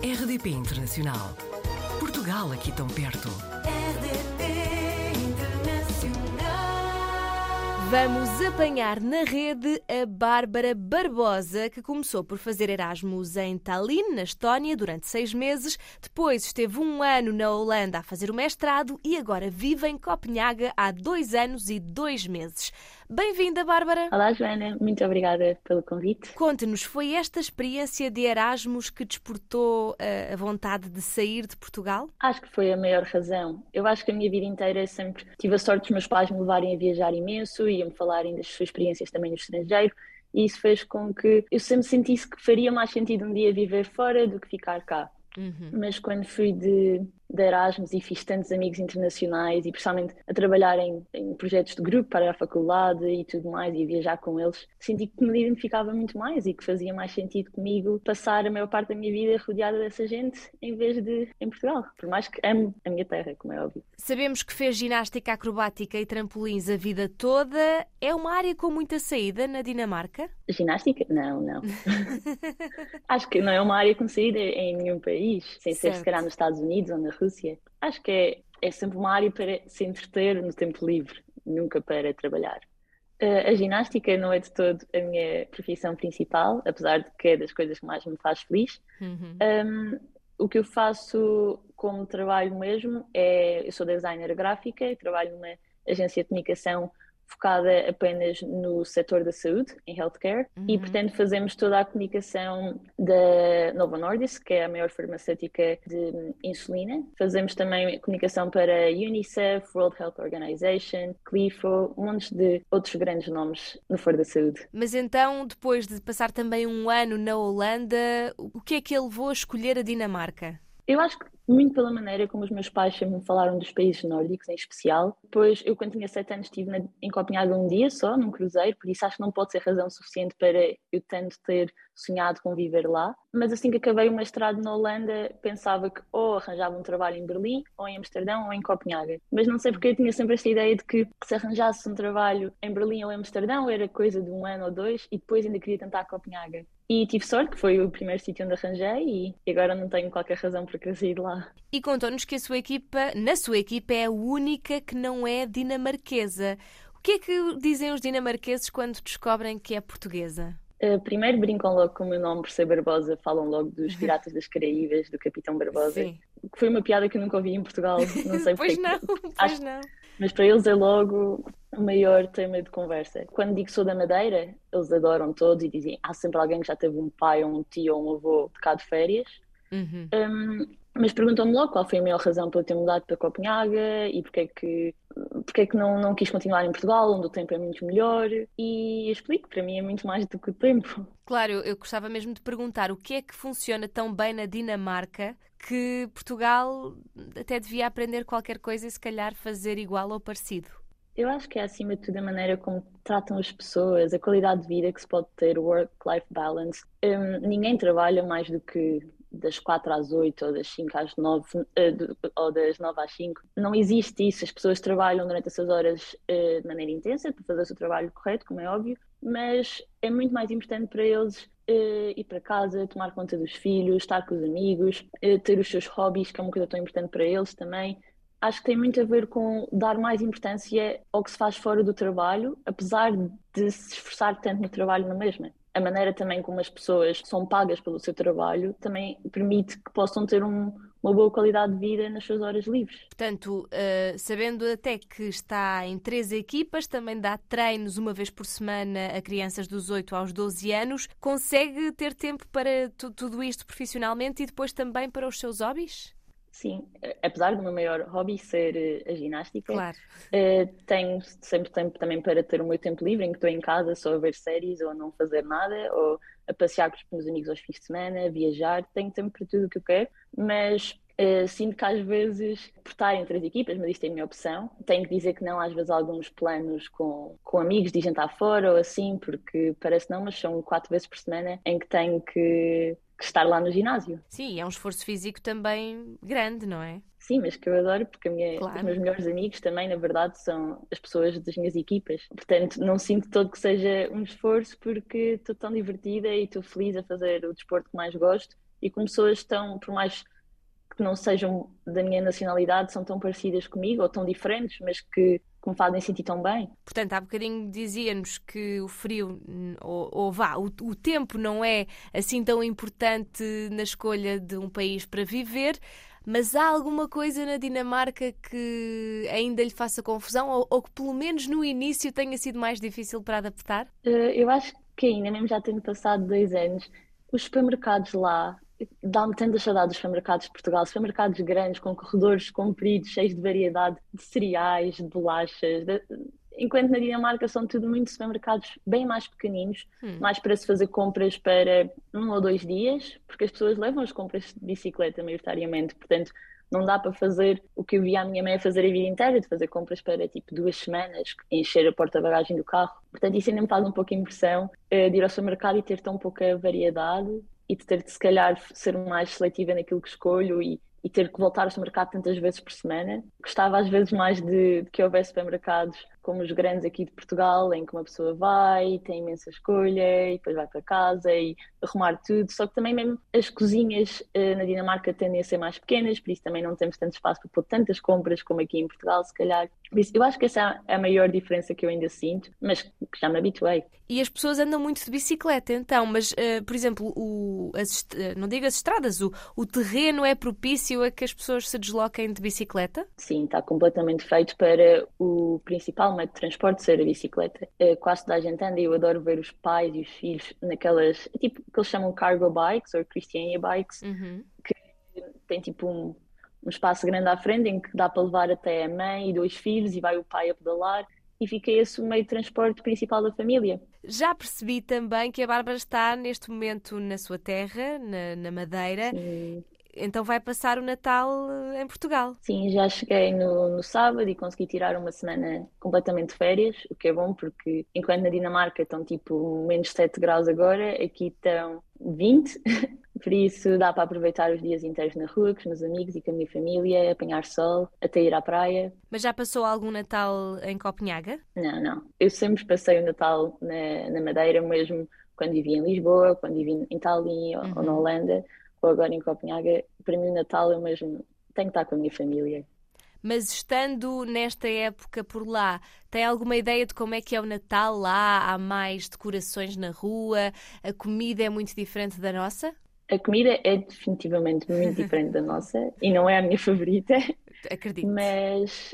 RDP Internacional. Portugal aqui tão perto. RDP Internacional. Vamos apanhar na rede a Bárbara Barbosa, que começou por fazer Erasmus em Tallinn, na Estónia, durante 6 meses. Depois esteve 1 ano na Holanda a fazer o mestrado e agora vive em Copenhaga há 2 anos e 2 meses. Bem-vinda, Bárbara. Olá, Joana. Muito obrigada pelo convite. Conte-nos, foi esta experiência de Erasmus que despertou a vontade de sair de Portugal? Acho que foi a maior razão. Eu acho que a minha vida inteira sempre tive a sorte dos meus pais me levarem a viajar imenso e a me falarem das suas experiências também no estrangeiro. E isso fez com que eu sempre sentisse que faria mais sentido um dia viver fora do que ficar cá. Mas quando fui de Erasmus e fiz tantos amigos internacionais e principalmente a trabalhar em projetos de grupo para a faculdade e tudo mais e a viajar com eles, senti que me identificava muito mais e que fazia mais sentido comigo passar a maior parte da minha vida rodeada dessa gente em vez de em Portugal, por mais que amo a minha terra, como é óbvio. Sabemos que fez ginástica acrobática e trampolins a vida toda. É uma área com muita saída na Dinamarca? Ginástica? Não. Acho que não é uma área com saída em nenhum país, sem ser se calhar nos Estados Unidos ou na Rússia. Acho que é sempre uma área para se entreter no tempo livre, nunca para trabalhar. A ginástica não é de todo a minha profissão principal, apesar de que é das coisas que mais me faz feliz. O que eu faço como trabalho mesmo eu sou designer gráfica e trabalho numa agência de comunicação focada apenas no setor da saúde, em healthcare, e portanto fazemos toda a comunicação da Novo Nordisk, que é a maior farmacêutica de insulina. Fazemos também a comunicação para a UNICEF, World Health Organization, CLIFO, um monte de outros grandes nomes no foro da saúde. Mas então, depois de passar também 1 ano na Holanda, o que é que a levou a escolher a Dinamarca? Eu acho que muito pela maneira como os meus pais sempre me falaram dos países nórdicos em especial. Pois eu, quando tinha 7 anos, estive em Copenhaga um dia só, num cruzeiro, por isso acho que não pode ser razão suficiente para eu tanto ter sonhado com viver lá. Mas assim que acabei o mestrado na Holanda, pensava que ou arranjava um trabalho em Berlim, ou em Amsterdão, ou em Copenhaga. Mas não sei porque eu tinha sempre esta ideia de que se arranjasse um trabalho em Berlim ou em Amsterdão, era coisa de 1 ano ou 2, e depois ainda queria tentar Copenhaga. E tive sorte, que foi o primeiro sítio onde arranjei, e agora não tenho qualquer razão para querer sair de lá. E contou-nos que na sua equipa é a única que não é dinamarquesa. O que é que dizem os dinamarqueses quando descobrem que é portuguesa? Primeiro brincam logo com o meu nome por ser Barbosa, falam logo dos Piratas das Caraíbas, do Capitão Barbosa. Sim. Que foi uma piada que eu nunca ouvi em Portugal, não sei Pois porque. não. Mas para eles é logo o maior tema de conversa. Quando digo que sou da Madeira, eles adoram todos e dizem há sempre alguém que já teve um pai ou um tio ou um avô de cá de férias. Mas perguntam-me logo qual foi a maior razão para eu ter mudado para Copenhaga e porque é que não quis continuar em Portugal, onde o tempo é muito melhor. E eu explico, para mim é muito mais do que o tempo. Claro, eu gostava mesmo de perguntar o que é que funciona tão bem na Dinamarca que Portugal até devia aprender qualquer coisa e se calhar fazer igual ou parecido. Eu acho que é acima de tudo a maneira como tratam as pessoas, a qualidade de vida que se pode ter, o work-life balance. Ninguém trabalha mais do que das 4 às 8 ou das 5 às 9 ou das 9 às 5. Não existe isso. As pessoas trabalham durante essas horas de maneira intensa para fazer o seu trabalho correto, como é óbvio, mas é muito mais importante para eles ir para casa, tomar conta dos filhos, estar com os amigos, ter os seus hobbies, que é uma coisa tão importante para eles também. Acho que tem muito a ver com dar mais importância ao que se faz fora do trabalho, apesar de se esforçar tanto no trabalho na mesma. A maneira também como as pessoas são pagas pelo seu trabalho também permite que possam ter uma boa qualidade de vida nas suas horas livres. Portanto, sabendo até que está em 3 equipas, também dá treinos uma vez por semana a crianças dos 8 aos 12 anos, consegue ter tempo para tudo isto profissionalmente e depois também para os seus hobbies? Sim, apesar do meu maior hobby ser a ginástica, claro. Tenho sempre tempo também para ter o meu tempo livre, em que estou em casa só a ver séries ou a não fazer nada, ou a passear com os meus amigos aos fins de semana, a viajar. Tenho tempo para tudo o que eu quero, mas sinto que às vezes, por estar em 3 equipas, mas isto é a minha opção, tenho que dizer que não, às vezes há alguns planos com amigos de jantar fora ou assim, porque parece não, mas são 4 vezes por semana em que tenho que estar lá no ginásio. Sim, é um esforço físico também grande, não é? Sim, mas que eu adoro porque Claro. Os meus melhores amigos também, na verdade, são as pessoas das minhas equipas. Portanto, não sinto todo que seja um esforço porque estou tão divertida e estou feliz a fazer o desporto que mais gosto e como pessoas tão, por mais que não sejam da minha nacionalidade, são tão parecidas comigo ou tão diferentes, mas que me fazem sentir tão bem. Portanto, há bocadinho dizia-nos que o frio, o tempo não é assim tão importante na escolha de um país para viver, mas há alguma coisa na Dinamarca que ainda lhe faça confusão ou que pelo menos no início tenha sido mais difícil para adaptar? Eu acho que ainda, mesmo já tendo passado 2 anos, os supermercados lá, dá-me tantas saudades dos supermercados de Portugal, supermercados grandes, com corredores compridos, cheios de variedade de cereais, de bolachas. Enquanto na Dinamarca são tudo muito supermercados bem mais pequeninos, mais para se fazer compras para 1 ou 2 dias, porque as pessoas levam as compras de bicicleta maioritariamente, portanto não dá para fazer o que eu via a minha mãe fazer a vida inteira, de fazer compras para tipo 2 semanas, encher a porta-bagagem do carro. Portanto isso ainda me faz um pouco impressão de ir ao supermercado e ter tão pouca variedade e de ter de se calhar ser mais seletiva naquilo que escolho e ter que voltar ao supermercado tantas vezes por semana. Gostava às vezes mais de que houvesse supermercados como os grandes aqui de Portugal, em que uma pessoa vai, tem imensa escolha e depois vai para casa e arrumar tudo. Só que também mesmo as cozinhas na Dinamarca tendem a ser mais pequenas, por isso também não temos tanto espaço para pôr tantas compras como aqui em Portugal, se calhar. Por isso, eu acho que essa é a maior diferença que eu ainda sinto, mas que já me habituei. E as pessoas andam muito de bicicleta, então, mas, por exemplo, não digo as estradas, o terreno é propício a que as pessoas se desloquem de bicicleta? Sim, está completamente feito para o principal meio de transporte ser a bicicleta. Quase toda a gente anda e eu adoro ver os pais e os filhos naquelas, tipo, que eles chamam cargo bikes ou Christiania bikes, que tem tipo um espaço grande à frente em que dá para levar até a mãe e 2 filhos e vai o pai a pedalar. E fica esse o meio de transporte principal da família. Já percebi também que a Bárbara está neste momento na sua terra, na Madeira. Sim. Então vai passar o Natal em Portugal. Sim, já cheguei no sábado e consegui tirar uma semana completamente de férias, o que é bom porque enquanto na Dinamarca estão tipo menos 7 graus agora, aqui estão 20, por isso dá para aproveitar os dias inteiros na rua com os meus amigos e com a minha família, apanhar sol, até ir à praia. Mas já passou algum Natal em Copenhaga? Não. Eu sempre passei o Natal na Madeira, mesmo quando vivia em Lisboa, quando vivia em Tallinn ou na Holanda, ou agora em Copenhaga. Para mim o Natal eu mesmo tenho que estar com a minha família. Mas estando nesta época por lá, tem alguma ideia de como é que é o Natal lá? Há mais decorações na rua? A comida é muito diferente da nossa? A comida é definitivamente muito diferente da nossa e não é a minha favorita. Acredito. Mas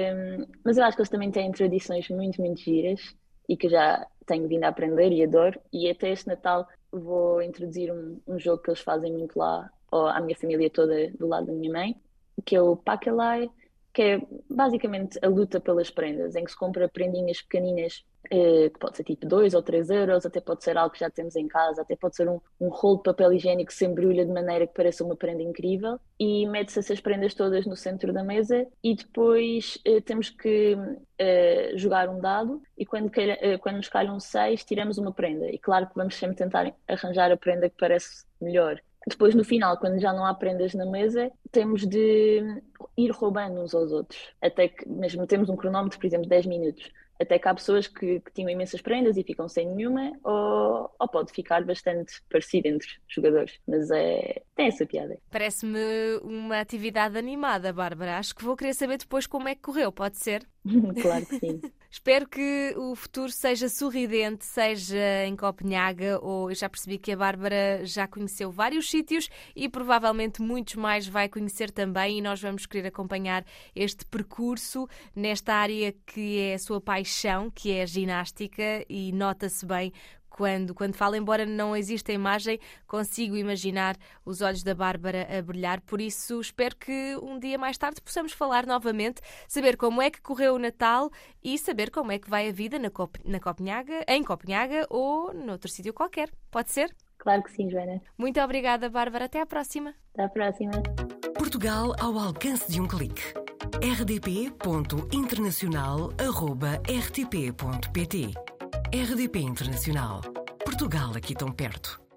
eu acho que eles também têm tradições muito, muito giras e que já tenho vindo a aprender e adoro. E até este Natal vou introduzir um jogo que eles fazem muito lá, ou à minha família toda do lado da minha mãe, que é o Pakkelai, que é basicamente a luta pelas prendas, em que se compra prendinhas pequeninas, que pode ser tipo 2 ou 3 euros, até pode ser algo que já temos em casa, até pode ser um rolo de papel higiênico que se embrulha de maneira que pareça uma prenda incrível, e mete-se essas prendas todas no centro da mesa e depois temos que jogar um dado e quando nos calham 6 tiramos uma prenda, e claro que vamos sempre tentar arranjar a prenda que parece melhor. Depois, no final, quando já não há prendas na mesa, temos de ir roubando uns aos outros. Até que, mesmo temos um cronómetro, por exemplo, de 10 minutos. Até que há pessoas que tinham imensas prendas e ficam sem nenhuma, ou pode ficar bastante parecido entre os jogadores. Mas tem essa piada. Parece-me uma atividade animada, Bárbara. Acho que vou querer saber depois como é que correu, pode ser? Claro que sim. Espero que o futuro seja sorridente, seja em Copenhaga, ou eu já percebi que a Bárbara já conheceu vários sítios e provavelmente muitos mais vai conhecer também, e nós vamos querer acompanhar este percurso nesta área que é a sua paixão, que é a ginástica, e nota-se bem quando fala, embora não exista imagem, consigo imaginar os olhos da Bárbara a brilhar. Por isso, espero que um dia mais tarde possamos falar novamente, saber como é que correu o Natal e saber como é que vai a vida em Copenhaga ou noutro sítio qualquer. Pode ser? Claro que sim, Joana. Muito obrigada, Bárbara. Até à próxima. Até à próxima. Portugal ao alcance de um clique. rdp.internacional@rtp.pt RDP Internacional. Portugal aqui tão perto.